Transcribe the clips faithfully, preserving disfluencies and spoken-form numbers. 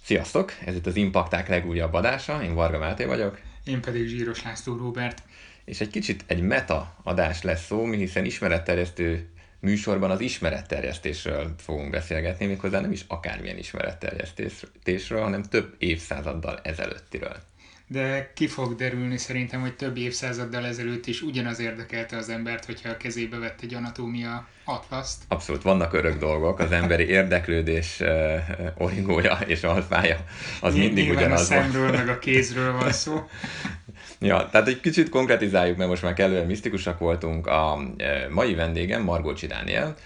Sziasztok! Ez itt az Impakták legújabb adása, én Varga Máté vagyok. Én pedig Zsíros László Róbert. És egy kicsit egy meta adás lesz szó, mi hiszen ismeretterjesztő műsorban az ismeretterjesztésről fogunk beszélgetni, méghozzá nem is akármilyen ismeretterjesztésről, hanem több évszázaddal ezelőttiről. De ki fog derülni szerintem, hogy több évszázaddal ezelőtt is ugyanaz érdekelte az embert, hogyha a kezébe vett egy anatómia atlaszt. Abszolút, vannak örök dolgok, az emberi érdeklődés uh, origója és alfája az mindig Nyilván ugyanaz a szemről meg a kézről van szó. Ja, tehát egy kicsit konkretizáljuk, mert most már kellően misztikusak voltunk. A mai vendégem Margócsi Dániel,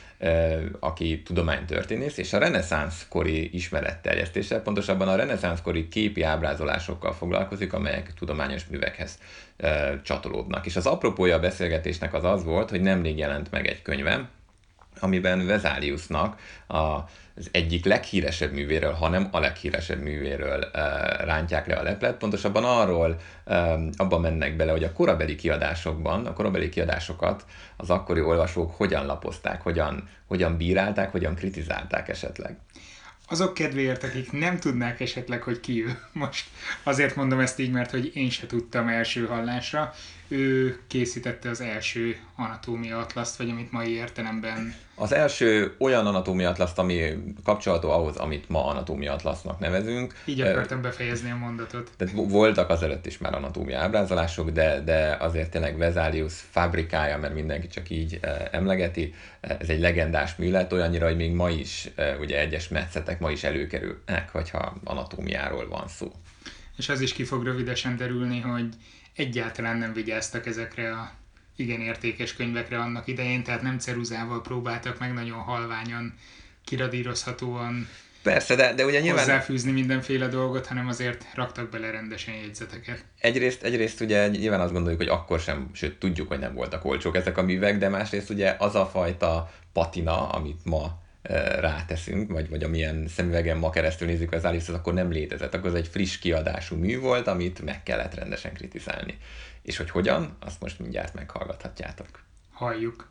aki tudománytörténész, és a reneszánsz kori ismeretterjesztéssel, pontosabban a reneszánsz kori képi ábrázolásokkal foglalkozik, amelyek tudományos művekhez csatolódnak. És az apropója a beszélgetésnek az az volt, hogy nemrég jelent meg egy könyvem, amiben Vesaliusnak az egyik leghíresebb művéről, hanem a leghíresebb művéről uh, rántják le a leplet. Pontosabban arról um, abban mennek bele, hogy a korabeli kiadásokban, a korabeli kiadásokat az akkori olvasók hogyan lapozták, hogyan, hogyan bírálták, hogyan kritizálták esetleg. Azok kedvéért, akik nem tudnák esetleg, hogy ki ő most. Azért mondom ezt így, mert hogy én se tudtam első hallásra. Ő készítette az első anatómia atlaszt, vagy amit mai értelemben... Az első olyan anatómia atlaszt, ami kapcsolható ahhoz, amit ma anatómia atlasznak nevezünk. Így akartam befejezni a mondatot. Tehát voltak azelőtt is már anatómia ábrázolások, de, de azért tényleg Vesalius fabrikája, mert mindenki csak így emlegeti. Ez egy legendás mű lett, olyannyira, hogy még ma is ugye egyes metszetek ma is előkerülnek, hogyha anatómiáról van szó. És az is ki fog rövidesen derülni, hogy egyáltalán nem vigyáztak ezekre a igen értékes könyvekre annak idején, tehát nem ceruzával próbáltak meg nagyon halványan, kiradírozhatóan Persze, de, de ugye nyilván... hozzáfűzni mindenféle dolgot, hanem azért raktak bele rendesen jegyzeteket. Egyrészt, egyrészt ugye nyilván azt gondoljuk, hogy akkor sem, sőt tudjuk, hogy nem voltak olcsók ezek a művek, de másrészt ugye az a fajta patina, amit ma ráteszünk, vagy, vagy amilyen szemüvegen ma keresztül nézzük az Alice, az akkor nem létezett. Akkor az egy friss kiadású mű volt, amit meg kellett rendesen kritizálni. És hogy hogyan, azt most mindjárt meghallgathatjátok. Halljuk.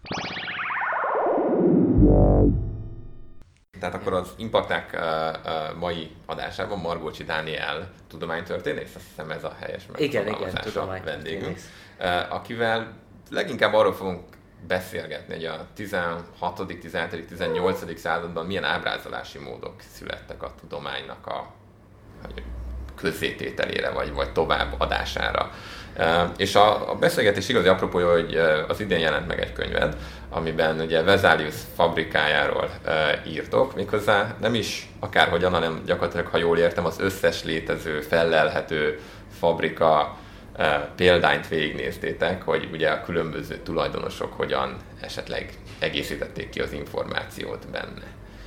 Tehát akkor az Impakták uh, uh, mai adásában Margócsi Dániel tudománytörténész, azt hiszem ez a helyes megfogalmazása a vendégünk, uh, akivel leginkább arról fogunk beszélgetni, hogy a tizenhatodik, tizenhetedik, tizennyolcadik században milyen ábrázolási módok születtek a tudománynak a közzétételére, vagy, vagy továbbadására. Uh, és a, a beszélgetés igazi apropója, hogy uh, az idén jelent meg egy könyved, amiben ugye Vesalius fabrikájáról uh, írtok, méghozzá nem is akárhogyan, hanem gyakorlatilag, ha jól értem, az összes létező, fellelhető fabrika uh, példányt végignéztétek, hogy ugye a különböző tulajdonosok hogyan esetleg egészítették ki az információt benne.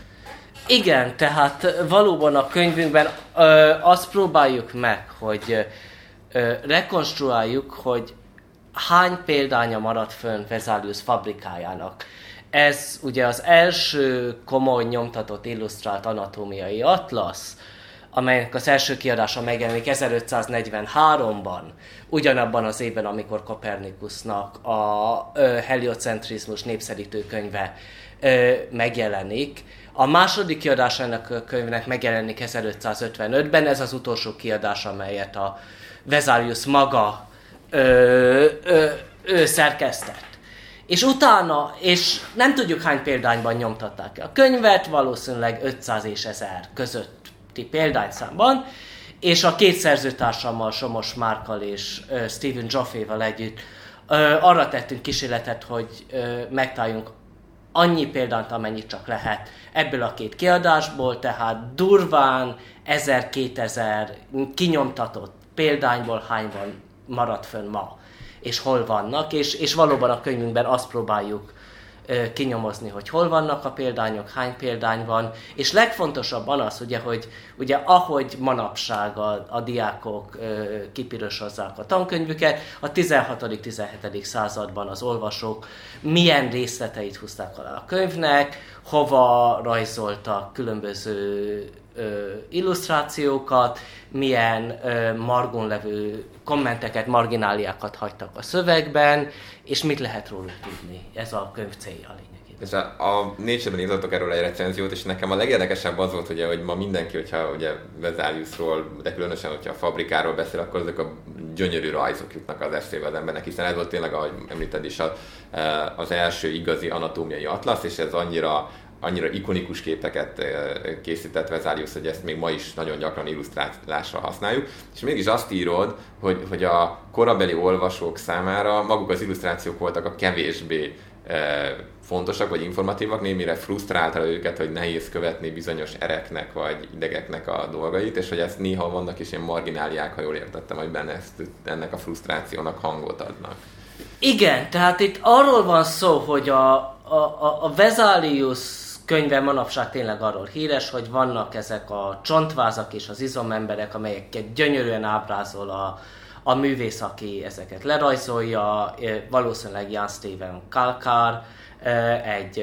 Igen, tehát valóban a könyvünkben ö, azt próbáljuk meg, hogy ö, rekonstruáljuk, hogy hány példánya maradt fönn Vesalius fabrikájának. Ez ugye az első komoly nyomtatott illusztrált anatómiai atlasz, amelynek az első kiadása megjelenik ezerötszáznegyvenháromban, ugyanabban az évben, amikor Kopernikusnak a ö, heliocentrizmus népszerítő könyve ö, megjelenik. A második kiadás ennek a könyvnek megjelenik ezerötszázötvenötben, ez az utolsó kiadás, amelyet a Vesalius maga ö, ö, ö, szerkesztett. És utána, és nem tudjuk hány példányban nyomtatták a könyvet, valószínűleg ötszáz és ezer közötti példányszámban, és a két szerzőtársammal, Somos Márkkal és ö, Stephen Jofféval együtt ö, arra tettünk kísérletet, hogy ö, megtaláljunk annyi példányt, amennyit csak lehet ebből a két kiadásból, tehát durván ezer-kétezer kinyomtatott példányból hányban maradt fönn ma, és hol vannak, és, és valóban a könyvünkben azt próbáljuk ö, kinyomozni, hogy hol vannak a példányok, hány példány van, és legfontosabban az, ugye, hogy ugye, ahogy manapság a, a diákok ö, kipirosozzák a tankönyvüket, a tizenhatodik-tizenhetedik században az olvasók milyen részleteit húzták alá a könyvnek, hova rajzoltak különböző ö, illusztrációkat, milyen ö, margon levő kommenteket, margináliákat hagytak a szövegben, és mit lehet róluk tudni. Ez a könyv célja lényegében. És a, a Nature-ben írtatok erről egy recenziót, és nekem a legérdekesebb az volt, ugye, hogy ma mindenki, hogyha ugye Vesaliusról, de különösen, hogyha a fabrikáról beszél, akkor ezek a gyönyörű rajzok jutnak az eszébe az embernek, hiszen ez volt tényleg, ahogy említed is, az első igazi anatómiai atlasz, és ez annyira annyira ikonikus képeket készített Vesalius, hogy ezt még ma is nagyon gyakran illusztrálásra használjuk. És mégis azt írod, hogy, hogy a korabeli olvasók számára maguk az illusztrációk voltak a kevésbé fontosak vagy informatívak, némire frusztrálta őket, hogy nehéz követni bizonyos ereknek vagy idegeknek a dolgait, és hogy ezt néha vannak is ilyen margináliák, ha jól értettem, hogy benne ezt, ennek a frusztrációnak hangot adnak. Igen, tehát itt arról van szó, hogy a, a, a Vesalius könyve manapság tényleg arról híres, hogy vannak ezek a csontvázak és az izomemberek, amelyeket gyönyörűen ábrázol a, a művész, aki ezeket lerajzolja, valószínűleg Jan Steven Kalkár, egy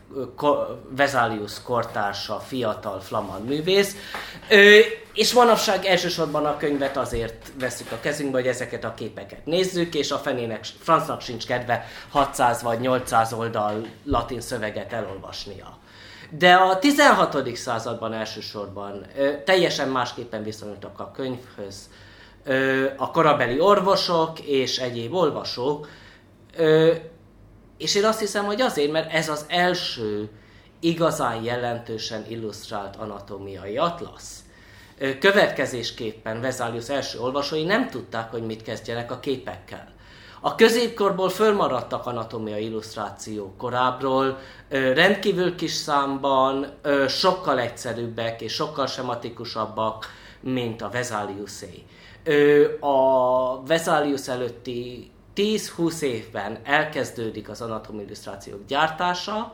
Vesalius kortársa, fiatal flamand művész, és manapság elsősorban a könyvet azért veszük a kezünkbe, hogy ezeket a képeket nézzük, és a fenének, francnak sincs kedve hatszáz vagy nyolcszáz oldal latin szöveget elolvasnia. De a tizenhatodik században elsősorban ö, teljesen másképpen viszonyultak a könyvhöz ö, a korabeli orvosok és egyéb olvasók, ö, és én azt hiszem, hogy azért, mert ez az első igazán jelentősen illusztrált anatómiai atlasz. Ö, következésképpen Vesalius első olvasói nem tudták, hogy mit kezdjenek a képekkel. A középkorból fölmaradtak anatómiai illusztrációk korábbról, rendkívül kis számban, sokkal egyszerűbbek és sokkal sematikusabbak, mint a Vesaliusé. A Vesalius előtti tíz-húsz évben elkezdődik az anatómiai illusztrációk gyártása,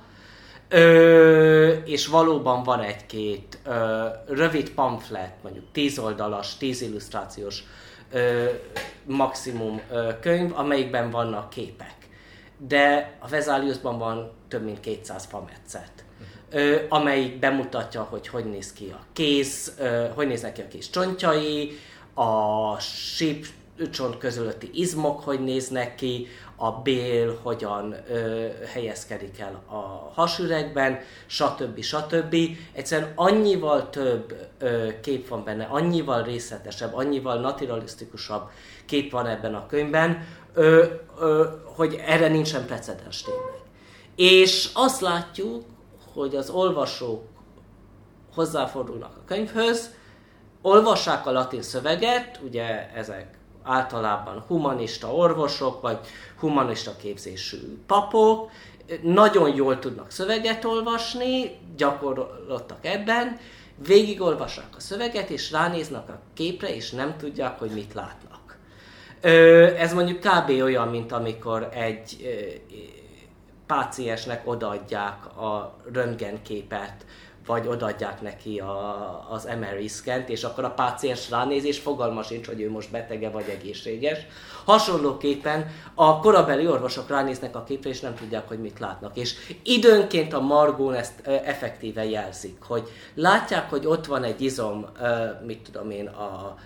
és valóban van egy-két rövid pamflet, mondjuk tíz oldalas, tíz illusztrációs Ö, maximum ö, könyv, amelyikben vannak képek. De a Vesaliusban van több mint kétszáz fametszet, ö, amelyik bemutatja, hogy hogy néz ki a kéz, ö, hogy néznek ki a kéz csontjai, a sípcsont közötti izmok hogy néznek ki, a bél hogyan ö, helyezkedik el a hasüregben, stb. stb. Egyszerűen annyival több ö, kép van benne, annyival részletesebb, annyival naturalisztikusabb kép van ebben a könyvben, ö, ö, hogy erre nincsen precedens tényleg. És azt látjuk, hogy az olvasók hozzáfordulnak a könyvhöz, olvassák a latin szöveget, ugye ezek általában humanista orvosok, vagy humanista képzésű papok, nagyon jól tudnak szöveget olvasni, gyakorlottak ebben, végigolvassák a szöveget, és ránéznek a képre, és nem tudják, hogy mit látnak. Ez mondjuk kb. Olyan, mint amikor egy páciensnek odaadják a röntgenképet, vagy odaadják neki a, az em er i szkent, és akkor a páciens ránéz, és fogalma sincs, hogy ő most betege vagy egészséges. Hasonlóképpen a korabeli orvosok ránéznek a képre, és nem tudják, hogy mit látnak. És időnként a margón ezt effektíve jelzik, hogy látják, hogy ott van egy izom, mit tudom én, a,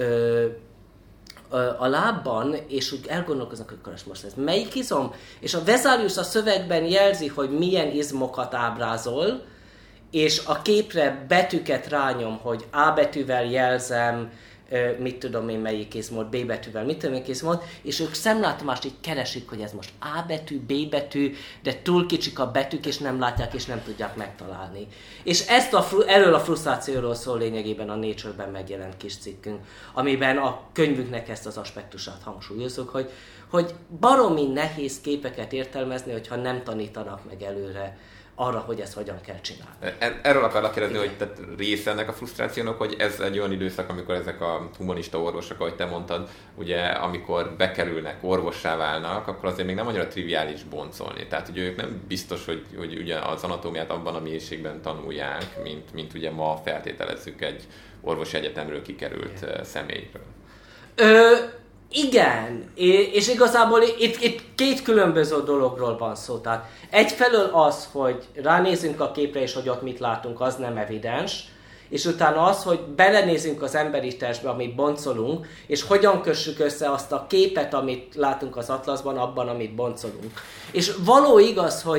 a lábban, és úgy elgondolkoznak, hogy akkor most ez melyik izom? És a Vesalius a szövegben jelzi, hogy milyen izmokat ábrázol, és a képre betűket rányom, hogy A betűvel jelzem, mit tudom én melyik izmot, B betűvel, mit tudom én izmot, és ők szemlátomást így keresik, hogy ez most A betű, B betű, de túl kicsik a betűk, és nem látják, és nem tudják megtalálni. És ezt a, erről a frusztrációról szól lényegében a Nature-ben megjelent kis cikkünk, amiben a könyvünknek ezt az aspektusát hangsúlyozzuk, hogy, hogy baromi nehéz képeket értelmezni, hogyha nem tanítanak meg előre arra, hogy ezt hogyan kell csinálni. Erről akarlak kérdezni, hogy tehát része ennek a frusztrációnak, hogy ez egy olyan időszak, amikor ezek a humanista orvosok, ahogy te mondtad, ugye amikor bekerülnek, orvossá válnak, akkor azért még nem annyira triviális boncolni. Tehát ugye ők nem biztos, hogy, hogy ugye az anatómiát abban a mélységben tanulják, mint, mint ugye ma feltételezzük egy orvosi egyetemről kikerült Igen. személyről. Ö... Igen, és igazából itt, itt két különböző dologról van szó. Tehát egyfelől az, hogy ránézünk a képre, és hogy ott mit látunk, az nem evidens, és utána az, hogy belenézünk az emberi testbe, amit boncolunk, és hogyan kössük össze azt a képet, amit látunk az atlaszban, abban, amit boncolunk. És való igaz, hogy,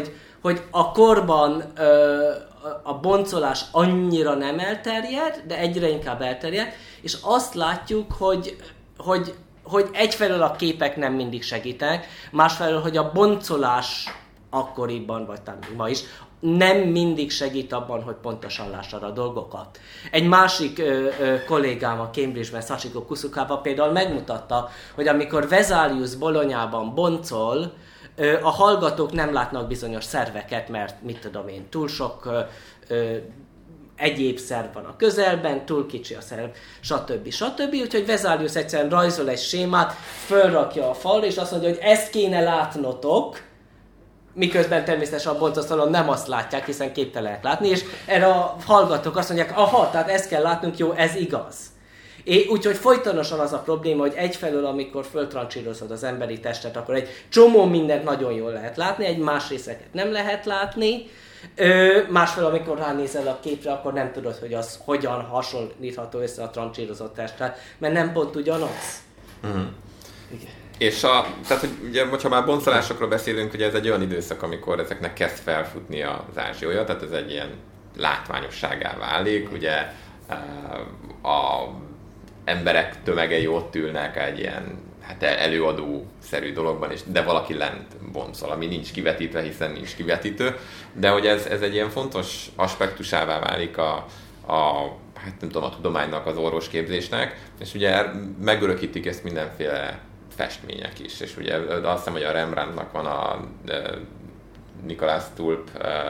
hogy a korban ö, a boncolás annyira nem elterjed, de egyre inkább elterjed, és azt látjuk, hogy, hogy, hogy egyfelől a képek nem mindig segítenek, másfelől, hogy a boncolás akkoriban, vagy talán ma is, nem mindig segít abban, hogy pontosan lássad a dolgokat. Egy másik ö, ö, kollégám a Cambridge-ben, Sachiko Kusukawa például megmutatta, hogy amikor Vesalius Bolonyában boncol, ö, a hallgatók nem látnak bizonyos szerveket, mert mit tudom én, túl sok ö, ö, egyéb szerv van a közelben, túl kicsi a szerv, stb. stb. Úgyhogy Vesalius egyszerűen rajzol egy sémát, fölrakja a falra, és azt mondja, hogy ezt kéne látnotok, miközben természetesen a boncolszalon nem azt látják, hiszen képtelenek látni, és erre a hallgatók azt mondják, aha, tehát ezt kell látnunk, jó, ez igaz. É, úgyhogy folytonosan az a probléma, hogy egyfelől, amikor föltrancsírozod az emberi testet, akkor egy csomó mindent nagyon jól lehet látni, egy más részeket nem lehet látni, Ö, másfelől, amikor ránézel a képre, akkor nem tudod, hogy az hogyan hasonlítható össze a trancsírozott testtel, mert nem pont ugyanaz. Mm. Igen. És a, tehát, hogy ugye, ha már boncolásokról beszélünk, ugye ez egy olyan időszak, amikor ezeknek kezd felfutni az ázsiója, tehát ez egy ilyen látványosságá válik, ugye a emberek tömegei ott ülnek egy ilyen hát előadó-szerű dologban, és, de valaki lent boncol, ami nincs kivetítve, hiszen nincs kivetítő, de hogy ez, ez egy ilyen fontos aspektusává válik a, a hát nem tudom, a tudománynak, az orvosképzésnek, és ugye megörökítik ezt mindenféle festmények is, és ugye azt hiszem, hogy a Rembrandtnak van a Nicolas Tulp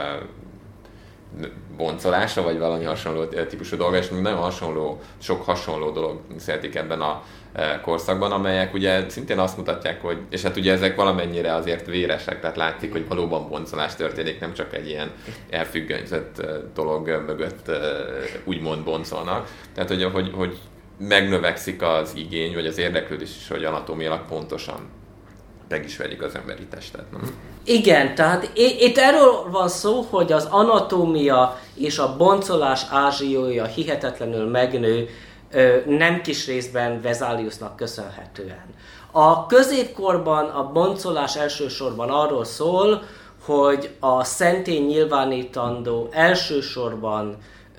boncolása, vagy valami hasonló típusú dolga, és nagyon hasonló, sok hasonló dolog születik ebben a korszakban, amelyek ugye szintén azt mutatják, hogy, és hát ugye ezek valamennyire azért véresek, tehát látszik, hogy valóban boncolás történik, nem csak egy ilyen elfüggönyzött dolog mögött úgymond boncolnak. Tehát, hogy, hogy, hogy megnövekszik az igény, vagy az érdeklődés is, hogy anatómiailag pontosan megismerjük az emberi testet. Nem? Igen, tehát itt erről van szó, hogy az anatómia és a boncolás ázsiója hihetetlenül megnő, nem kis részben Vesaliusnak köszönhetően. A középkorban a boncolás elsősorban arról szól, hogy a szentély nyilvánítandó elsősorban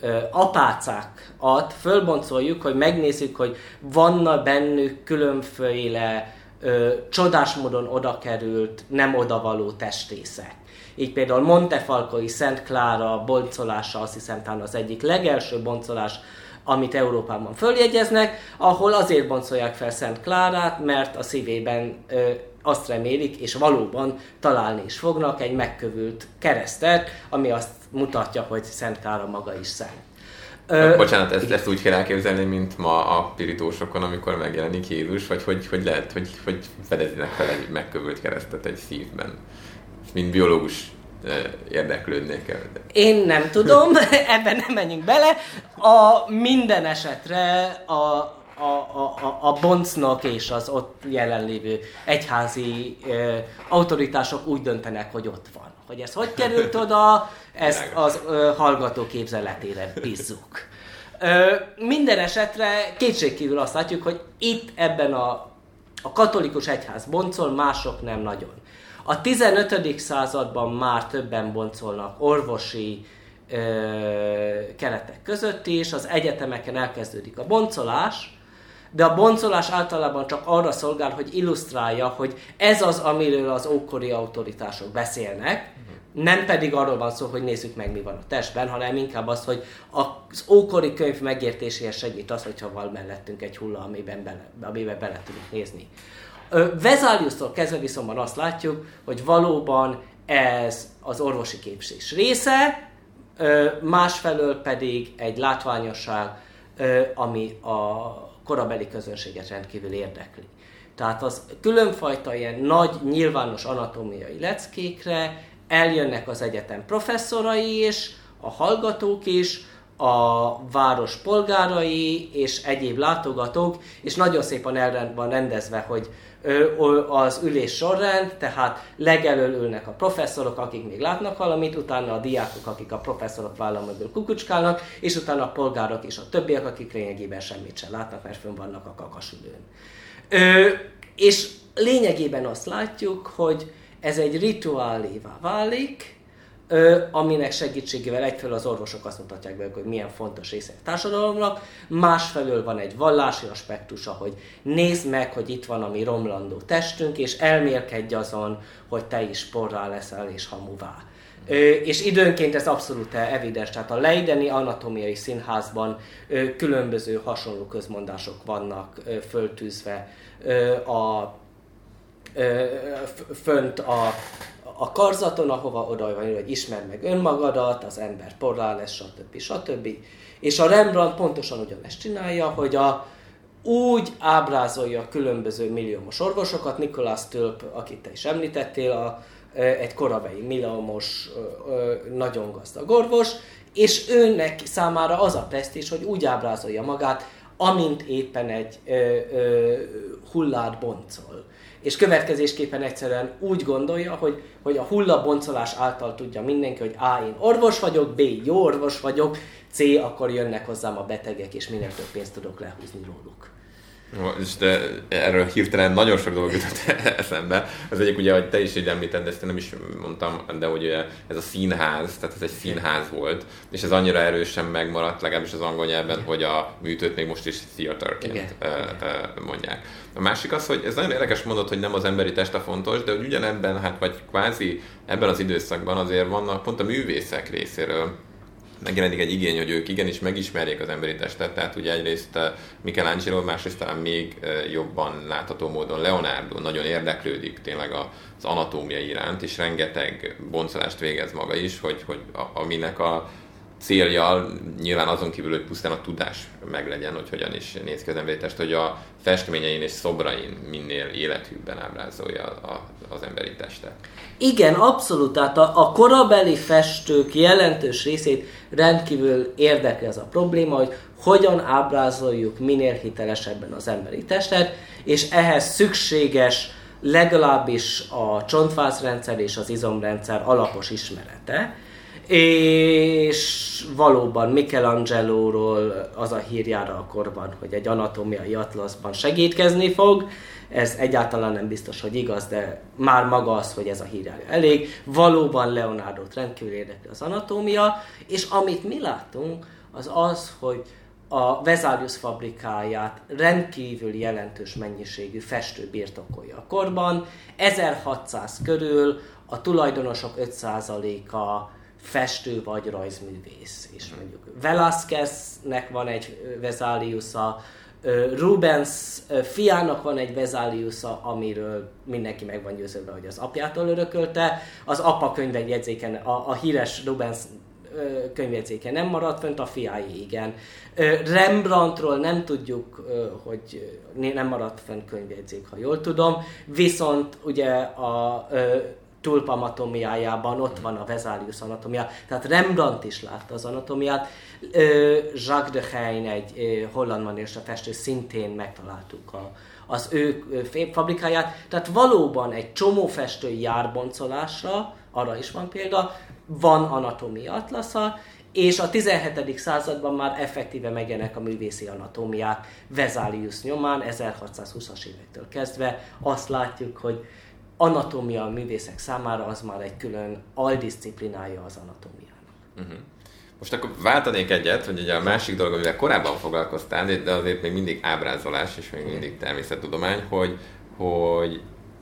apácákat fölboncoljuk, hogy megnézzük, hogy vannak bennük különféle ö, csodás módon oda került, nem odavaló testrészek. Így például Montefalcoi Szent Klára boncolása azt hiszem talán az egyik legelső boncolás, amit Európában följegyeznek, ahol azért boncolják fel Szent Klárát, mert a szívében ö, azt remélik, és valóban találni is fognak egy megkövült keresztet, ami azt mutatja, hogy Szent Klára maga is szent. Ö, Bocsánat, ezt, ezt úgy kell elképzelni, mint ma a pirítósokon, amikor megjelenik Jézus, vagy hogy, hogy lehet, hogy, hogy fedezinek fel egy megkövült keresztet egy szívben. Mint biológus érdeklődnék el. Én nem tudom, ebben nem menjünk bele. A minden esetre a, a, a, a boncnok és az ott jelenlévő egyházi ö, autoritások úgy döntenek, hogy ott van. Hogy ez hogy került oda, ezt az ö, hallgató képzeletére bízzuk. Ö, minden esetre kétségkívül azt látjuk, hogy itt ebben a, a katolikus egyház boncol, mások nem nagyon. A tizenötödik században már többen boncolnak orvosi ö, keretek között is, az egyetemeken elkezdődik a boncolás, de a boncolás általában csak arra szolgál, hogy illusztrálja, hogy ez az, amiről az ókori autoritások beszélnek, nem pedig arról van szó, hogy nézzük meg, mi van a testben, hanem inkább az, hogy az ókori könyv megértéséhez segít az, hogyha van mellettünk egy hulla, amiben bele, amiben bele tudunk nézni. Vesaliustól kezdve viszont azt látjuk, hogy valóban ez az orvosi képzés része, másfelől pedig egy látványosság, ami a korabeli közönséget rendkívül érdekli. Tehát az különfajta ilyen nagy, nyilvános anatómiai leckékre eljönnek az egyetem professzorai is, a hallgatók is, a város polgárai és egyéb látogatók, és nagyon szépen el van rendezve, hogy az ülés sorrend, tehát legelől ülnek a professzorok, akik még látnak valamit, utána a diákok, akik a professzorok vállal mögül kukucskálnak, és utána a polgárok és a többiek, akik lényegében semmit sem látnak, mert fönn vannak a kakasülőn. Ö, és lényegében azt látjuk, hogy ez egy rituálévá válik, Ö, aminek segítségével egyfelől az orvosok azt mutatják be, hogy milyen fontos része a társadalomnak, másfelől van egy vallási aspektusa, hogy nézd meg, hogy itt van a mi romlandó testünk, és elmélkedj azon, hogy te is porrá leszel és hamuvá. Ö, és időnként ez abszolút evidens, tehát a Leideni Anatómiai Színházban ö, különböző hasonló közmondások vannak ö, föltűzve ö, a, ö, fönt a a karzaton, ahova oda van írva, hogy ismerd meg önmagadat, az ember porrá lesz, stb. stb. És a Rembrandt pontosan ugyanezt csinálja, hogy a, úgy ábrázolja a különböző milliómos orvosokat, Nicolas Tulp, akit te is említettél, a, egy korabeli milliómos, nagyon gazdag orvos, és őnek számára az a presztízs, hogy úgy ábrázolja magát, amint éppen egy ö, ö, hullát boncol. És következésképpen egyszerűen úgy gondolja, hogy, hogy a hullaboncolás által tudja mindenki, hogy A. én orvos vagyok, B. jó orvos vagyok, C. akkor jönnek hozzám a betegek, és minél több pénzt tudok lehúzni róluk. És de erről hirtelen nagyon sok dolog jutott eszembe. Az egyik ugye, hogy te is így említed, de ezt én nem is mondtam, de hogy ez a színház, tehát ez egy színház volt, és ez annyira erősen megmaradt, legalábbis az angol nyelven, hogy a műtőt még most is theaterként mondják. A másik az, hogy ez nagyon érdekes mondat, hogy nem az emberi test a fontos, de hogy ugyanebben, hát vagy kvázi ebben az időszakban azért vannak pont a művészek részéről megjelenik egy igény, hogy ők igenis megismerjék az emberi testet, tehát ugye egyrészt Michelangelo, másrészt talán még jobban látható módon Leonardo nagyon érdeklődik tényleg az anatómia iránt, és rengeteg boncolást végez maga is, hogy, hogy aminek a célja nyilván azon kívül, hogy pusztán a tudás meglegyen, hogy hogyan is néz ki az emberi test, hogy a festményein és szobrain minél élethűbben ábrázolja a, az emberi testet. Igen, abszolút. Tehát a, a korabeli festők jelentős részét rendkívül érdekli ez a probléma, hogy hogyan ábrázoljuk minél hitelesebben az emberi testet, és ehhez szükséges legalábbis a csontvázrendszer és az izomrendszer alapos ismerete. És valóban Michelangelo-ról az a hírjára a korban, hogy egy anatómiai atlaszban segítkezni fog. Ez egyáltalán nem biztos, hogy igaz, de már maga az, hogy ez a hírjára elég. Valóban Leonardo-t rendkívül érdekli az anatómia, és amit mi látunk, az az, hogy a Vesalius fabrikáját rendkívül jelentős mennyiségű festő birtokolja a korban. ezerhatszáz körül a tulajdonosok öt százaléka festő vagy rajzművész. És mondjuk Velázqueznek van egy Vesaliusa, Rubens fiának van egy Vesaliusa, amiről mindenki meg van győződve, hogy az apjától örökölte. Az apa könyvjegyzéken, a, a híres Rubens könyvjegyzéke nem maradt fönt, a fiái igen. Rembrandtról nem tudjuk, hogy nem maradt fönt könyvjegyzék, ha jól tudom, viszont ugye a Tulp anatómiájában ott van a Vesalius anatómia, tehát Rembrandt is látta az anatómiát. Jacques de Heijn, egy holland manérista festő, szintén megtaláltuk a, az ő fabrikáját. Tehát valóban egy csomó festő jár boncolásra, arra is van példa, van anatómia atlasza, és a tizenhetedik században már effektíve megjelennek a művészi anatómiák Vesalius nyomán, ezerhatszázhúszas évektől kezdve. Azt látjuk, hogy anatómia a művészek számára az már egy külön aldisziplinája az anatómiának. Uh-huh. Most akkor váltanék egyet, hogy ugye a másik dolog, amivel korábban foglalkoztál, de azért még mindig ábrázolás, és még mindig természettudomány, hogy, hogy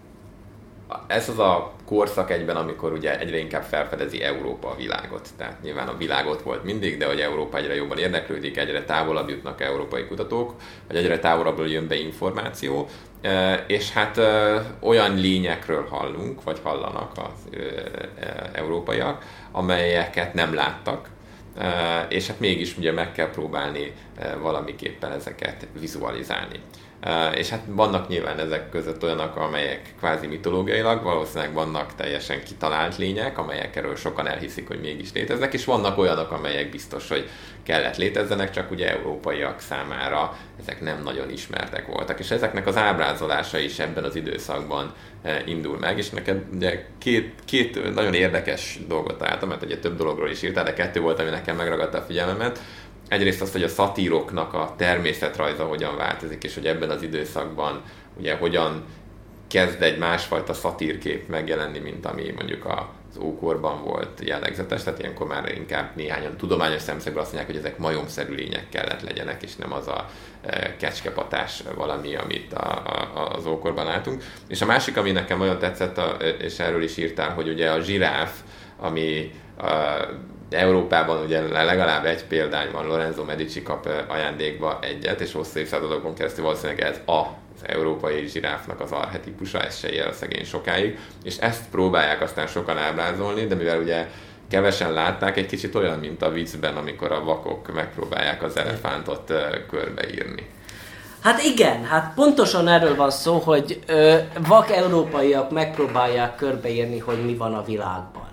ez az a korszak egyben, amikor ugye egyre inkább felfedezi Európa a világot. Tehát nyilván a világot volt mindig, de hogy Európa egyre jobban érdeklődik, egyre távolabb jutnak európai kutatók, vagy egyre távolabbról jön be információ, és hát olyan lényekről hallunk, vagy hallanak az európaiak, amelyeket nem láttak, és hát mégis ugye meg kell próbálni valamiképpen ezeket vizualizálni. Uh, és hát vannak nyilván ezek között olyanok, amelyek kvázi mitológiailag, valószínűleg vannak teljesen kitalált lények, amelyek erről sokan elhiszik, hogy mégis léteznek, és vannak olyanok, amelyek biztos, hogy kellett létezzenek, csak ugye európaiak számára ezek nem nagyon ismertek voltak. És ezeknek az ábrázolása is ebben az időszakban uh, indul meg, és neked ugye két, két nagyon érdekes dolgot találtam, mert ugye több dologról is írtál, de kettő volt, ami nekem megragadta a figyelmemet. Egyrészt azt, hogy a szatíroknak a természetrajza hogyan változik, és hogy ebben az időszakban ugye hogyan kezd egy másfajta szatírkép megjelenni, mint ami mondjuk a az ókorban volt jellegzetes, tehát ilyenkor már inkább néhányan tudományos szemszögből azt mondják, hogy ezek majomszerű lények kellett legyenek, és nem az a kecskepatás valami, amit a, a, az ókorban látunk. És a másik, ami nekem nagyon tetszett, a, és erről is írtál, hogy ugye a zsiráf, ami a, Európában ugye legalább egy példány van, Lorenzo Medici kap ajándékba egyet, és hosszú évszázadokon keresztül valószínűleg ez a az európai zsiráfnak az archetipusa, ez se él szegény sokáig, és ezt próbálják aztán sokan ábrázolni, de mivel ugye kevesen látták, egy kicsit olyan, mint a viccben, amikor a vakok megpróbálják az elefántot körbeírni. Hát igen, hát pontosan erről van szó, hogy ö, vak európaiak megpróbálják körbeírni, hogy mi van a világban.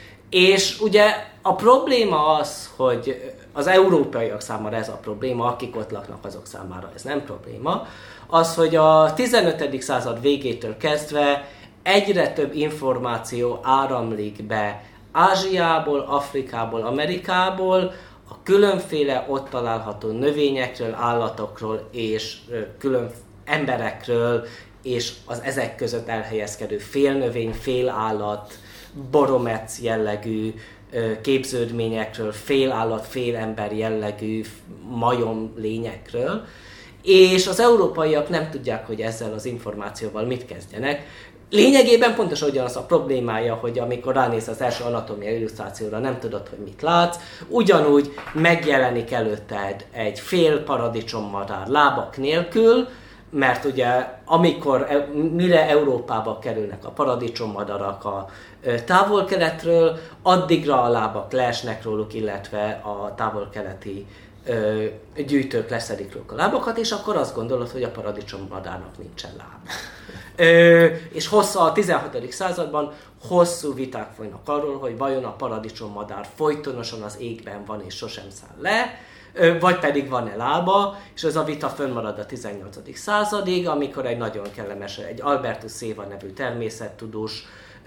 És ugye a probléma az, hogy az európaiak számára ez a probléma, akik ott laknak, azok számára ez nem probléma, az, hogy a tizenötödik század végétől kezdve egyre több információ áramlik be Ázsiából, Afrikából, Amerikából, a különféle ott található növényekről, állatokról és külön emberekről, és az ezek között elhelyezkedő félnövény, félállat, boromec jellegű képződményekről, félállat, félember jellegű majom lényekről, és az európaiak nem tudják, hogy ezzel az információval mit kezdjenek. Lényegében pontosan ugyanaz a problémája, hogy amikor ránéz az első anatómiai illusztrációra, nem tudod, hogy mit látsz, ugyanúgy megjelenik előtted egy fél paradicsommadár lábak nélkül, mert ugye amikor, mire Európába kerülnek a paradicsommadarak a távol-keletről, addigra a lábak leesnek róluk, illetve a távol-keleti ö, gyűjtők leszedik róluk a lábakat, és akkor azt gondolod, hogy a paradicsommadárnak nincsen lába. Ö, és hosszú, a tizenhatodik században hosszú viták folynak arról, hogy vajon a paradicsommadár folytonosan az égben van és sosem száll le, ö, vagy pedig van-e lába, és ez a vita fönnmarad a tizennyolcadik századig, amikor egy nagyon kellemes, egy Albertus Széva nevű természettudós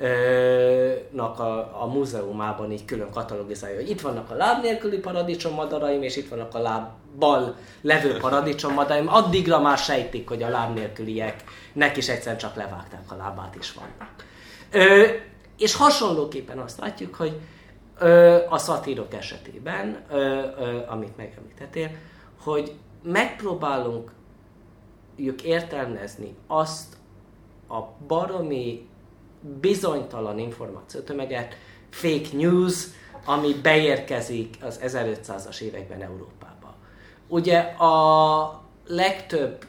nak a, a múzeumában így külön katalogizálja, hogy itt vannak a láb nélküli paradicsommadaraim, és itt vannak a lábbal levő paradicsommadaraim. Addigra már sejtik, hogy a láb nélkülieknek is egyszerűen csak levágták a lábát is vannak. Ö, és hasonlóképpen azt látjuk, hogy ö, a szatírok esetében, ö, ö, amit megemlítettél, hogy megpróbálunk értelmezni azt a baromi bizonytalan információtömeget, fake news, ami beérkezik az ezerötszázas években Európába. Ugye a legtöbb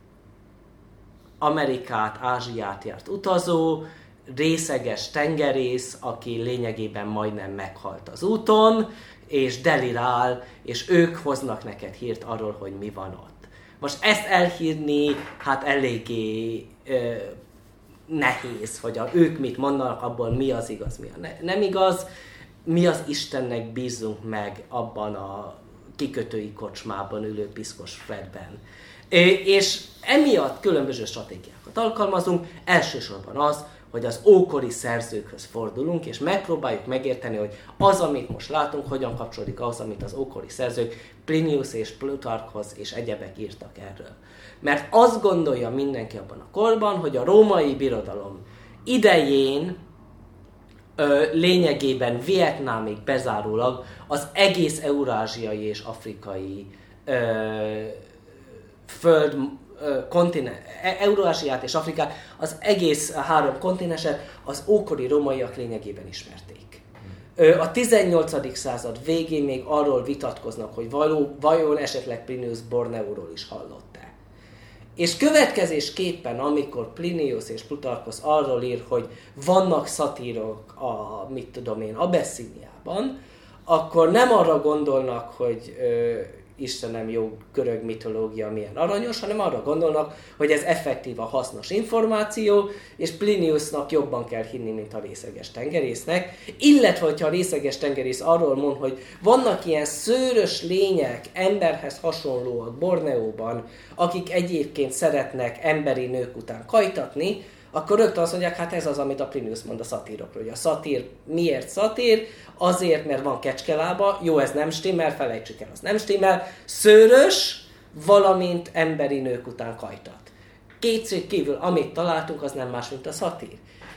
Amerikát, Ázsiát járt utazó, részeges tengerész, aki lényegében majdnem meghalt az úton, és delirál, és ők hoznak neked hírt arról, hogy mi van ott. Most ezt elhírni, hát eléggé ö, nehéz, hogy a, ők mit mondanak, abból mi az igaz, mi a ne, nem igaz, mi az Istennek bízunk meg abban a kikötői kocsmában ülő piszkos Fredben. És emiatt különböző stratégiákat alkalmazunk, elsősorban az, hogy az ókori szerzőkhöz fordulunk, és megpróbáljuk megérteni, hogy az, amit most látunk, hogyan kapcsolódik ahhoz, amit az ókori szerzők Plinius és Plutarchhoz és egyebek írtak erről. Mert azt gondolja mindenki abban a korban, hogy a római birodalom idején ö, lényegében Vietnámig bezárólag az egész eurázsiai és afrikai ö, föld, ö, kontinens, Eurázsiát és Afrikát, az egész három kontinenset az ókori rómaiak lényegében ismerték. Ö, a tizennyolcadik század végén még arról vitatkoznak, hogy való, vajon esetleg Plinius Borneóról is hallott-e. És következésképpen, amikor Plinius és Plutarchos arról ír, hogy vannak szatírok a, mit tudom én, Abeszíniában, akkor nem arra gondolnak, hogy ö, Istenem, jó görög mitológia milyen aranyos, hanem arra gondolnak, hogy ez effektív a hasznos információ, és Pliniusnak jobban kell hinni, mint a részeges tengerésznek. Illetve, hogyha a részeges tengerész arról mond, hogy vannak ilyen szőrös lények, emberhez hasonlóak Borneóban, akik egyébként szeretnek emberi nők után kajtatni, akkor rögtön azt mondják, hát ez az, amit a Plinius mond a szatírokról. Hogy a szatír miért szatír? Azért, mert van kecskelába, jó, ez nem stimmel, felejtsük el, az nem stimmel, szőrös, valamint emberi nők után kajtat. Kétség kívül, amit találtunk, az nem más, mint a szatír.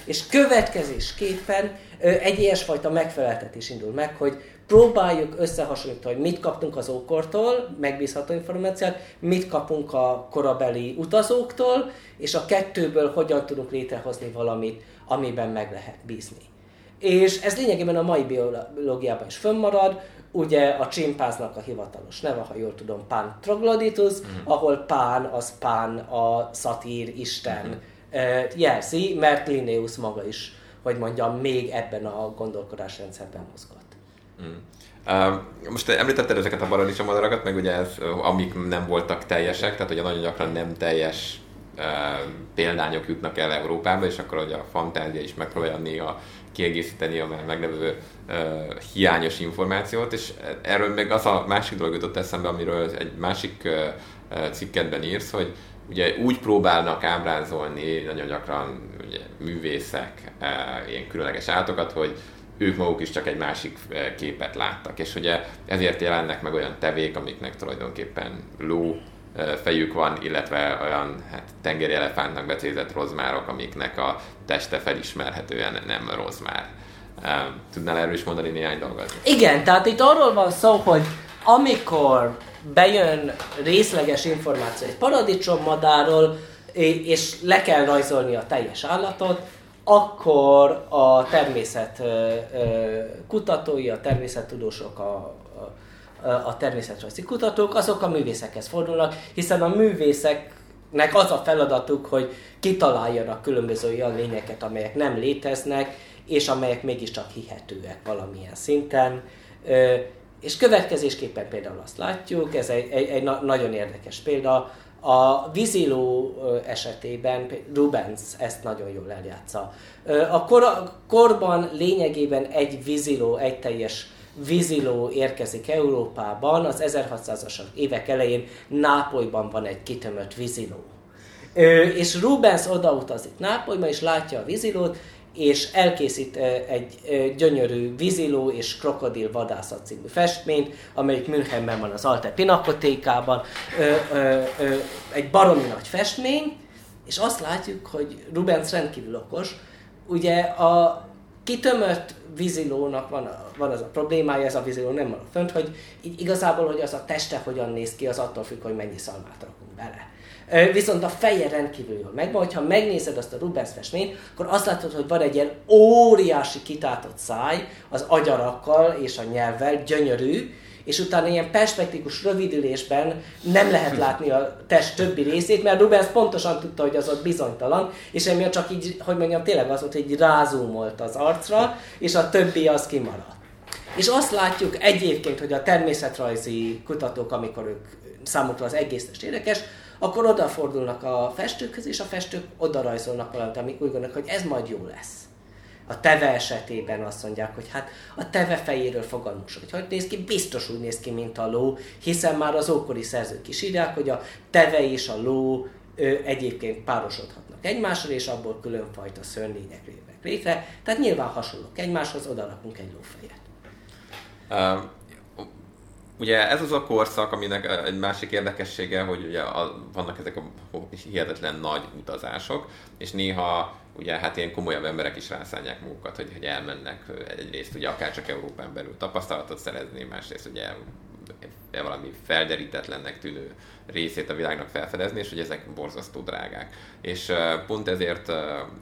és következésképpen egy ilyesfajta megfeleltetés indul meg, hogy próbáljuk összehasonlítani, hogy mit kaptunk az ókortól, megbízható információt, mit kapunk a korabeli utazóktól, és a kettőből hogyan tudunk létrehozni valamit, amiben meg lehet bízni. És ez lényegében a mai biológiában is fönnmarad, ugye a csimpánznak a hivatalos neve, ha jól tudom, Pan troglodytes, mm. ahol Pán az Pán a szatír isten mm. jelzi, mert Linnaeus maga is, hogy mondjam, még ebben a gondolkodásrendszerben mozgott. Mm. Uh, most említetted ezeket a paradicsommadarakat, meg ugye ez, amik nem voltak teljesek, tehát ugye nagyon gyakran nem teljes uh, példányok jutnak el Európába, és akkor ugye a fantázia is megpróbálja néha kiegészíteni a már megnevő uh, hiányos információt, és erről meg az a másik dolog jutott eszembe, amiről egy másik uh, cikketben írsz, hogy ugye úgy próbálnak ábrázolni nagyon gyakran ugye, művészek uh, ilyen különleges állatokat, hogy ők maguk is csak egy másik képet láttak, és ugye ezért jelennek meg olyan tevék, amiknek tulajdonképpen ló fejük van, illetve olyan hát, tengeri elefántnak becézett rozmárok, amiknek a teste felismerhetően nem rozmár. Tudnál erről is mondani néhány dolgot? Igen, tehát itt arról van szó, hogy amikor bejön részleges információ egy paradicsommadárról, és le kell rajzolni a teljes állatot, akkor a természet kutatói, a természettudósok, a, a, a természetrajzi kutatók, azok a művészekhez fordulnak, hiszen a művészeknek az a feladatuk, hogy kitaláljanak különböző olyan lényeket, amelyek nem léteznek, és amelyek mégiscsak hihetőek valamilyen szinten. És következésképpen például azt látjuk, ez egy, egy, egy nagyon érdekes példa, a víziló esetében Rubens ezt nagyon jól eljátsza. A kor, korban lényegében egy víziló, egy teljes víziló érkezik Európában, az ezerhatszázas évek elején Nápolyban van egy kitömött víziló. És Rubens odautazik Nápolyba, és látja a vízilót, és elkészít egy gyönyörű víziló és krokodil vadászat című festményt, amelyik Münchenben van az Alte Pinakotékában, egy baromi nagy festmény, és azt látjuk, hogy Rubens rendkívül okos. Ugye a kitömött vízilónak van, van az a problémája, ez a víziló nem marad fönt, hogy így igazából, hogy az a teste hogyan néz ki, az attól függ, hogy mennyi szalmát rakunk bele. Viszont a feje rendkívül jól megvan, hogyha megnézed azt a Rubens festményt, akkor azt látod, hogy van egy ilyen óriási kitátott száj az agyarakkal és a nyelvvel, gyönyörű, és utána ilyen perspektíkus rövidülésben nem lehet látni a test többi részét, mert Rubens pontosan tudta, hogy az ott bizonytalan, és emiatt csak így, hogy mondjam, tényleg az volt, hogy rázoomolt az arcra, és a többi az kimaradt. És azt látjuk egyébként, hogy a természetrajzi kutatók, amikor ők számukra az egész test érdekes, akkor odafordulnak a festőkhöz, és a festők odarajzolnak valamit, amik úgy gondolnak, hogy ez majd jó lesz. A teve esetében azt mondják, hogy hát a teve fejéről fogalmunk, hogy hogy néz ki, biztos úgy néz ki, mint a ló, hiszen már az ókori szerzők is írják, hogy a teve és a ló ö, egyébként párosodhatnak egymással, és abból különfajta szörnylények lépnek létre. Tehát nyilván hasonlók egymáshoz, oda rakunk egy lófejet. Um. Ugye ez az a korszak, aminek egy másik érdekessége, hogy ugye a, vannak ezek a hihetetlen nagy utazások, és néha ugye hát ilyen komolyabb emberek is rászánják magukat, hogy, hogy elmennek egyrészt ugye akár csak Európán belül tapasztalatot szerezni, másrészt ugye valami felderítetlennek tűnő részét a világnak felfedezni, és hogy ezek borzasztó drágák. És pont ezért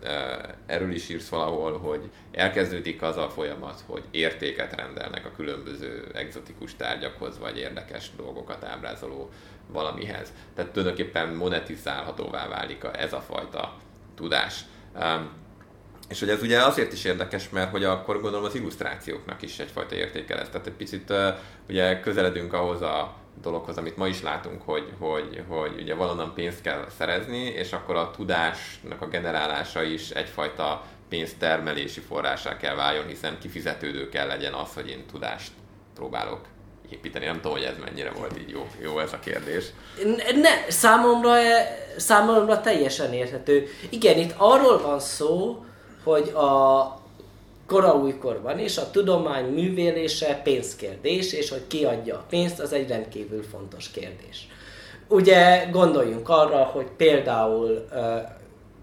erről is írsz valahol, hogy elkezdődik az a folyamat, hogy értéket rendelnek a különböző egzotikus tárgyakhoz, vagy érdekes dolgokat ábrázoló valamihez. Tehát tulajdonképpen monetizálhatóvá válik ez a fajta tudás. És hogy ez ugye azért is érdekes, mert hogy akkor gondolom az illusztrációknak is egyfajta értéke lesz. Tehát egy picit ugye közeledünk ahhoz a dologhoz, amit ma is látunk, hogy, hogy, hogy ugye valonnan pénzt kell szerezni, és akkor a tudásnak a generálása is egyfajta pénztermelési forrásá kell váljon, hiszen kifizetődő kell legyen az, hogy én tudást próbálok építeni. Nem tudom, hogy ez mennyire volt így jó, jó ez a kérdés. Ne, számomra, számomra teljesen érthető. Igen, itt arról van szó, hogy a kora újkorban is a tudomány művelése pénzkérdés, és hogy ki adja a pénzt, az egy rendkívül fontos kérdés. Ugye gondoljunk arra, hogy például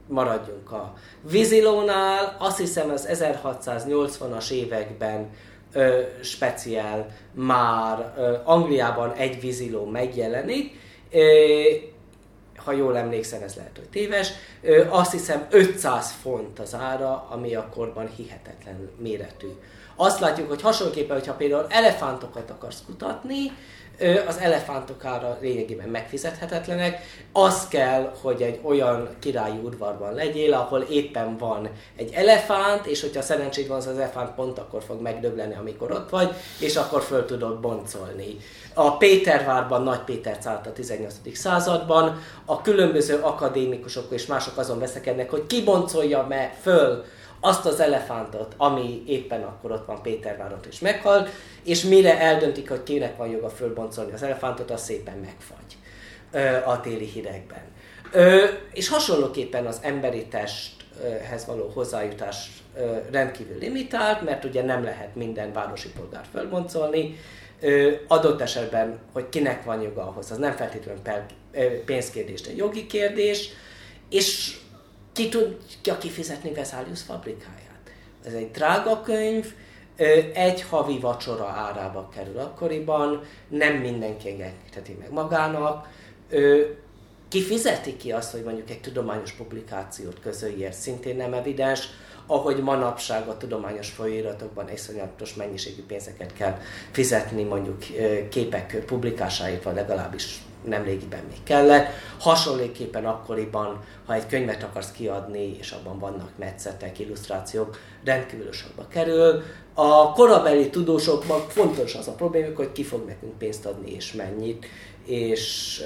maradjunk a vízilónál, azt hiszem az ezerhatszáznyolcvanas években ö, speciál már ö, Angliában egy víziló megjelenik, ö, ha jól emlékszem, ez lehet, hogy téves, ö, azt hiszem ötszáz font az ára, ami akkorban hihetetlen méretű. Azt látjuk, hogy hasonlóképpen, hogyha például elefántokat akarsz kutatni, az elefántok ára lényegében megfizethetetlenek. Az kell, hogy egy olyan királyi udvarban legyél, ahol éppen van egy elefánt, és hogyha szerencséd van, az elefánt pont akkor fog megdögleni, amikor ott vagy, és akkor föl tudod boncolni. A Pétervárban Nagy Péter szállt a tizennyolcadik században, a különböző akadémikusok és mások azon veszekednek, hogy kiboncolja me föl azt az elefántot, ami éppen akkor ott van Péterváron és meghalt, és mire eldöntik, hogy kinek van joga fölboncolni az elefántot, az szépen megfagy ö, a téli hidegben. Ö, és hasonlóképpen az emberi testhez való hozzájutás ö, rendkívül limitált, mert ugye nem lehet minden városi polgárt fölboncolni. Ö, adott esetben, hogy kinek van joga ahhoz, az nem feltétlenül pénzkérdés, de jogi kérdés, és ki tudja kifizetni Vesalius fabrikáját. Ez egy drága könyv, egy havi vacsora árába kerül akkoriban, nem mindenki engedheti meg magának. Ki fizeti ki azt, hogy mondjuk egy tudományos publikációt közöljél, szintén nem evidens, ahogy manapság a tudományos folyóiratokban iszonyatos mennyiségű pénzeket kell fizetni mondjuk képek publikásáért, vagy legalábbis nemrégiben még kellett. Hasonlóképpen akkoriban, ha egy könyvet akarsz kiadni, és abban vannak metszetek, illusztrációk, rendkívül sokba kerül. A korabeli tudósokban fontos az a probléma, hogy ki fog nekünk pénzt adni, és mennyit, és,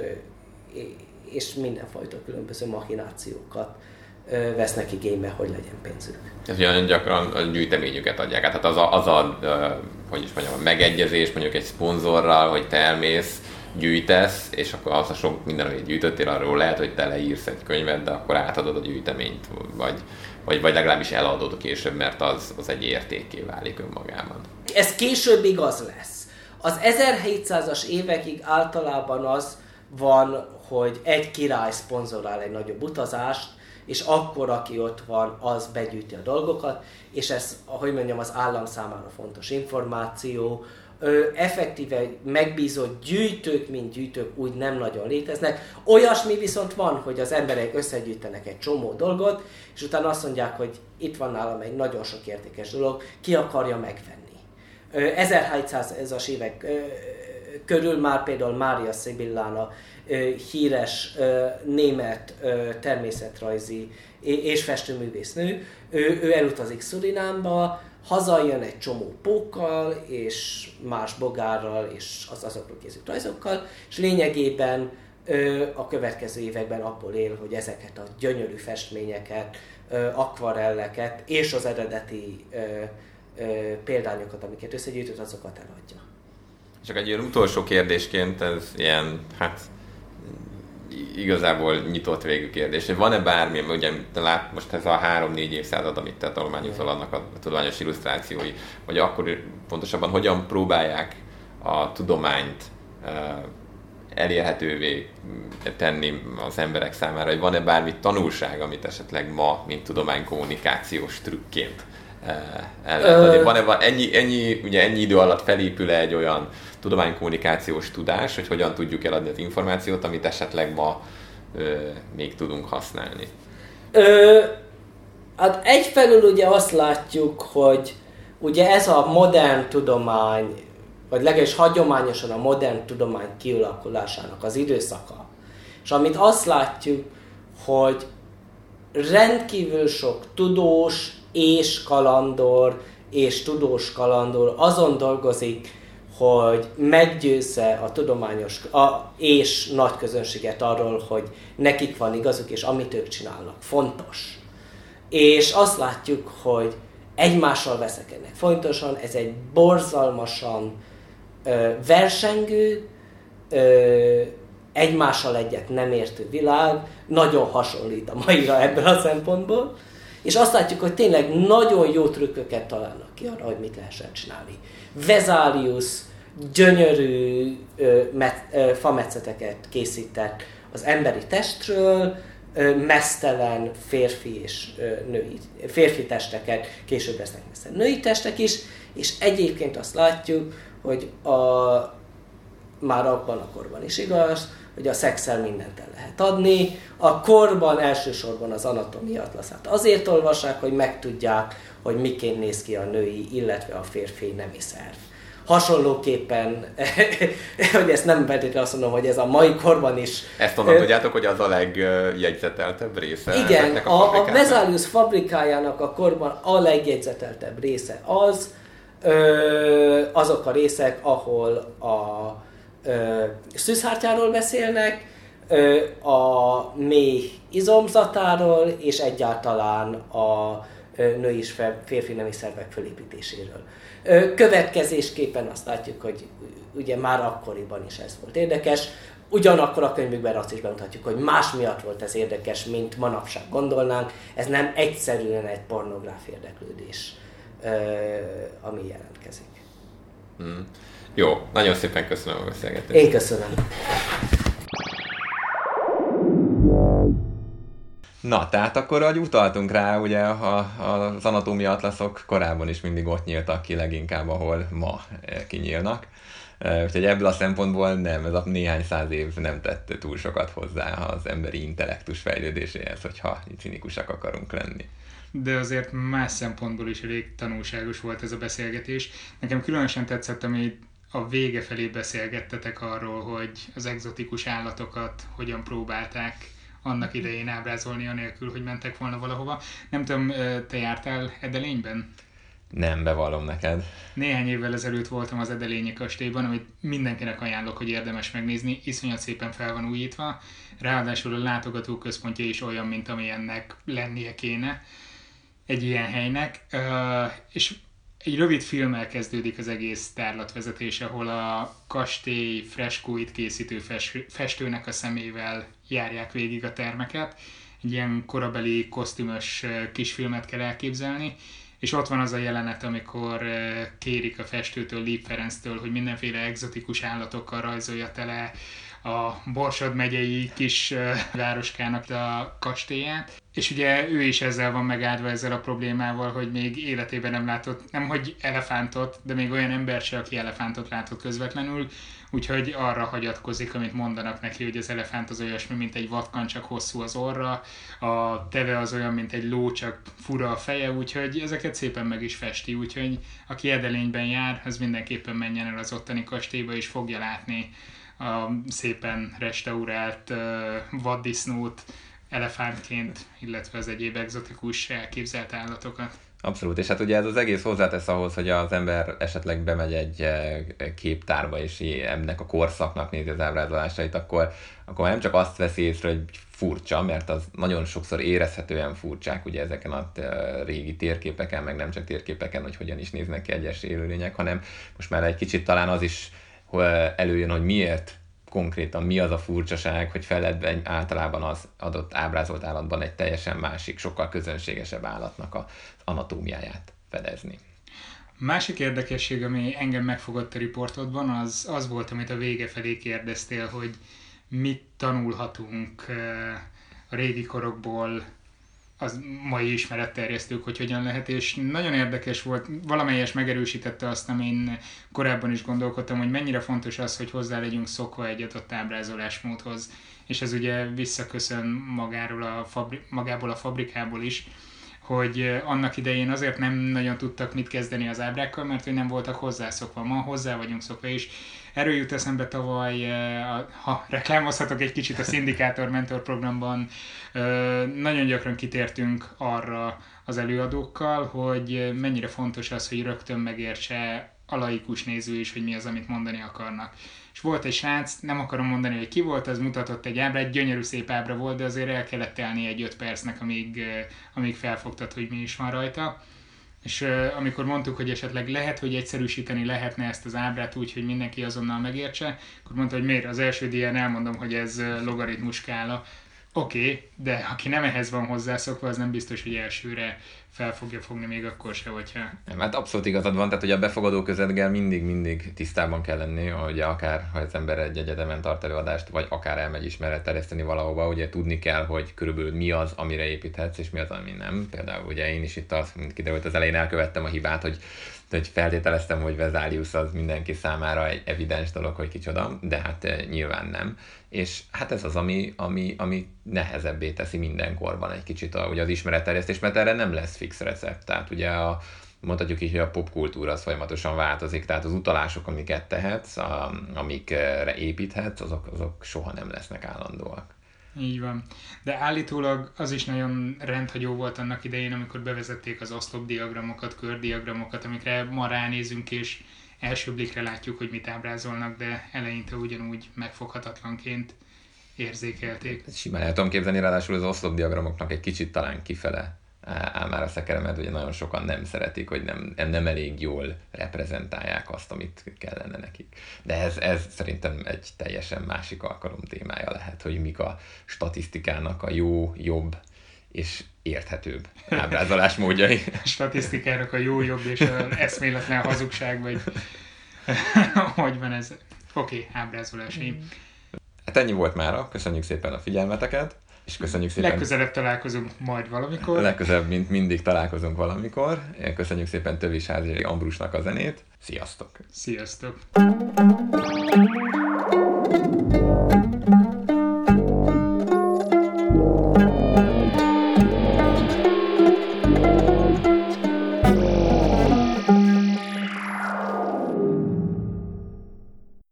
és mindenfajta különböző machinációkat vesznek igénybe, hogy legyen pénzük. Ez olyan gyakran a gyűjteményüket adják. Tehát az a, az a hogy is mondjam, a megegyezés mondjuk egy szponzorral, hogy te elmész, gyűjtesz, és akkor az a sok minden, amit gyűjtöttél, arról lehet, hogy te leírsz egy könyvet, de akkor átadod a gyűjteményt, vagy, vagy, vagy legalábbis eladod később, mert az, az egy értékké válik önmagában. Ez később igaz lesz. Az ezerhétszázas évekig általában az van, hogy egy király szponzorál egy nagyobb utazást, és akkor, aki ott van, az begyűjti a dolgokat, és ez, ahogy mondjam, az állam számára fontos információ. Ö, effektíve megbízott gyűjtők, mint gyűjtők úgy nem nagyon léteznek. Olyasmi viszont van, hogy az emberek összegyűjtenek egy csomó dolgot, és utána azt mondják, hogy itt van nálam egy nagyon sok értékes dolog, ki akarja megvenni. Ö, ezerhétszázas évek ö, körül már például Mária Sibillana, híres német természetrajzi és festőművésznő, ő, ő elutazik Szurinámba, hazajön egy csomó pókkal és más bogárral és az azokról készült rajzokkal, és lényegében a következő években abból él, hogy ezeket a gyönyörű festményeket, akvarelleket és az eredeti példányokat, amiket összegyűjtött, azokat eladja. Csak egy ilyen utolsó kérdésként ez ilyen, hát igazából nyitott végű kérdés. Van-e bármi, ugye lát, most ez a három-négy évszázad, amit te tanulmányozol, annak a tudományos illusztrációi, vagy akkor pontosabban hogyan próbálják a tudományt elérhetővé tenni az emberek számára, hogy van-e bármi tanulság, amit esetleg ma, mint tudománykommunikációs trükként el lehet adni? Van-e ennyi, ennyi, ugye ennyi idő alatt felépül egy olyan tudománykommunikációs tudás, hogy hogyan tudjuk eladni az információt, amit esetleg ma ö, még tudunk használni? Ö, hát egyfelől ugye azt látjuk, hogy ugye ez a modern tudomány, vagy legalábbis hagyományosan a modern tudomány kialakulásának az időszaka. És amit azt látjuk, hogy rendkívül sok tudós és kalandor és tudós kalandor azon dolgozik, hogy meggyőzze a tudományos a, és nagy közönséget arról, hogy nekik van igazuk, és amit ők csinálnak fontos. És azt látjuk, hogy egymással veszekednek folyamatosan, ez egy borzalmasan ö, versengő, ö, egymással egyet nem értő világ, nagyon hasonlít a maira ebből a szempontból, és azt látjuk, hogy tényleg nagyon jó trükköket találnak ki arra, hogy mit lehessen csinálni. Vesalius gyönyörű ö, met, ö, fametszeteket készített az emberi testről, meztelen férfi és női, férfi testeket, később lesznek meztelen női testek is, és egyébként azt látjuk, hogy a, már abban a korban is igaz, hogy a szexszel mindent el lehet adni. A korban elsősorban az anatómia atlaszát azért olvassák, hogy megtudják, hogy miként néz ki a női, illetve a férfi nemi szerv. Hasonlóképpen, hogy ezt nem feltétlenül azt mondom, hogy ez a mai korban is... Ezt onnan tudjátok, hogy az a legjegyzeteltebb része? Igen, a, a Vesalius fabrikájának a korban a legjegyzeteltebb része az, ö, azok a részek, ahol a ö, szűzhártyáról beszélnek, ö, a méh izomzatáról, és egyáltalán a női és férfi nemi szervek fölépítéséről. Következésképpen azt látjuk, hogy ugye már akkoriban is ez volt érdekes. Ugyanakkor a könyvükben azt is bemutatjuk, hogy más miatt volt ez érdekes, mint manapság gondolnánk. Ez nem egyszerűen egy pornográf érdeklődés, ami jelentkezik. Hmm. Jó, nagyon szépen köszönöm a beszélgetést. Én köszönöm. Na, tehát akkor, ahogy utaltunk rá, ugye a, az anatómia atlaszok korábban is mindig ott nyíltak ki leginkább, ahol ma kinyílnak. Úgyhogy ebből a szempontból nem, ez a néhány száz év nem tett túl sokat hozzá az emberi intellektus fejlődéséhez, hogyha cinikusak akarunk lenni. De azért más szempontból is elég tanulságos volt ez a beszélgetés. Nekem különösen tetszett, amit a vége felé beszélgettetek arról, hogy az egzotikus állatokat hogyan próbálták annak idején ábrázolni, anélkül, hogy mentek volna valahova. Nem tudom, te jártál Edelényben? Nem, bevallom neked. Néhány évvel ezelőtt voltam az Edelényi kastélyban, amit mindenkinek ajánlok, hogy érdemes megnézni. Iszonyat szépen fel van újítva. Ráadásul a látogatóközpontja is olyan, mint amilyennek lennie kéne egy ilyen helynek. És egy rövid filmmel kezdődik az egész tárlatvezetés, ahol a kastély freskóit készítő festőnek a szemével járják végig a termeket. Egy ilyen korabeli kosztümös kisfilmet kell elképzelni, és ott van az a jelenet, amikor kérik a festőtől, Lip Ferenctől, hogy mindenféle egzotikus állatokkal rajzolja tele a Borsod megyei kis városkának a kastélyát. És ugye ő is ezzel van megáldva, ezzel a problémával, hogy még életében nem látott, nem hogy elefántot, de még olyan ember se, aki elefántot látott közvetlenül, úgyhogy arra hagyatkozik, amit mondanak neki, hogy az elefánt az olyasmi, mint egy vatkan, csak hosszú az orra, a teve az olyan, mint egy ló, csak fura a feje, úgyhogy ezeket szépen meg is festi, úgyhogy aki Edelényben jár, az mindenképpen menjen el az ottani kastélyba, és fogja látni a szépen restaurált uh, vaddisznót elefántként, illetve az egyéb egzotikus elképzelt állatokat. Abszolút, és hát ugye ez az egész hozzátesz ahhoz, hogy az ember esetleg bemegy egy képtárba, és ennek a korszaknak nézi az ábrázolásait, akkor, akkor nem csak azt veszi észre, hogy furcsa, mert az nagyon sokszor érezhetően furcsák ugye ezeken a régi térképeken, meg nem csak térképeken, hogy hogyan is néznek ki egyes élőlények, hanem most már egy kicsit talán az is előjön, hogy miért konkrétan mi az a furcsaság, hogy fel lehet általában az adott ábrázolt állatban egy teljesen másik, sokkal közönségesebb állatnak az anatómiáját fedezni. Másik érdekesség, ami engem megfogott a riportodban, az, az volt, amit a vége felé kérdeztél, hogy mit tanulhatunk a régi korokból az mai ismeretterjesztők, hogy hogyan lehet, és nagyon érdekes volt, valamelyes megerősítette azt, amin korábban is gondolkodtam, hogy mennyire fontos az, hogy hozzá legyünk szokva egy adott ábrázolásmódhoz, és ez ugye visszaköszön magáról a fabri- magából a fabrikából is, hogy annak idején azért nem nagyon tudtak mit kezdeni az ábrákkal, mert hogy nem voltak hozzászokva. Ma hozzá vagyunk szokva is. Erről jut eszembe tavaly, ha reklámozhatok egy kicsit a Szindikátor Mentor programban, nagyon gyakran kitértünk arra az előadókkal, hogy mennyire fontos az, hogy rögtön megértse a laikus néző is, hogy mi az, amit mondani akarnak. És volt egy srác, nem akarom mondani, hogy ki volt, az mutatott egy ábrát, gyönyörű szép ábra volt, de azért el kellett telni egy öt percnek, amíg, amíg felfogtad, hogy mi is van rajta. És uh, amikor mondtuk, hogy esetleg lehet, hogy egyszerűsíteni lehetne ezt az ábrát úgy, hogy mindenki azonnal megértse, akkor mondta, hogy miért? Az első dián elmondom, hogy ez logaritmus skála. Oké, okay, de aki nem ehhez van hozzászokva, az nem biztos, hogy elsőre fel fogja fogni még akkor se, hogyha... Nem, hát abszolút igazad van, tehát ugye a befogadó közegel mindig-mindig tisztában kell lenni, hogy akár ha az ember egy egyetemen tart előadást, vagy akár elmegy ismeretterjeszteni valahova, ugye tudni kell, hogy körülbelül mi az, amire építhetsz, és mi az, ami nem. Például ugye én is itt az, mint kiderült, az elején elkövettem a hibát, hogy hogy feltételeztem, hogy Vesalius az mindenki számára egy evidens dolog, hogy kicsoda, de hát e, nyilván nem. És hát ez az, ami, ami, ami nehezebbé teszi mindenkorban egy kicsit a, ugye az ismeretterjesztés, mert erre nem lesz fix recept. Tehát ugye a, mondhatjuk így, hogy a popkultúra az folyamatosan változik, tehát az utalások, amiket tehetsz, a, amikre építhetsz, azok, azok soha nem lesznek állandóak. Így van. De állítólag az is nagyon rendhagyó volt annak idején, amikor bevezették az oszlopdiagramokat, kördiagramokat, amikre ma ránézünk, és első blikre látjuk, hogy mit ábrázolnak, de eleinte ugyanúgy megfoghatatlanként érzékelték. Simán el tudom képzelni, ráadásul az oszlopdiagramoknak egy kicsit talán kifele áll már a szekeremet, ugye nagyon sokan nem szeretik, hogy nem, nem elég jól reprezentálják azt, amit kellene nekik. De ez, ez szerintem egy teljesen másik alkalom témája lehet, hogy mik a statisztikának a jó, jobb és érthetőbb ábrázolásmódjai. A statisztikának a jó, jobb és az eszméletlen hazugság, vagy hogy van ez? Oké, okay, ábrázolásaim. Hát ennyi volt mára, köszönjük szépen a figyelmeteket. És köszönjük szépen. Legközelebb találkozunk majd valamikor. Legközelebb, mint mindig találkozunk valamikor. Köszönjük szépen Tövis Házi Ambrusnak a zenét. Sziasztok! Sziasztok!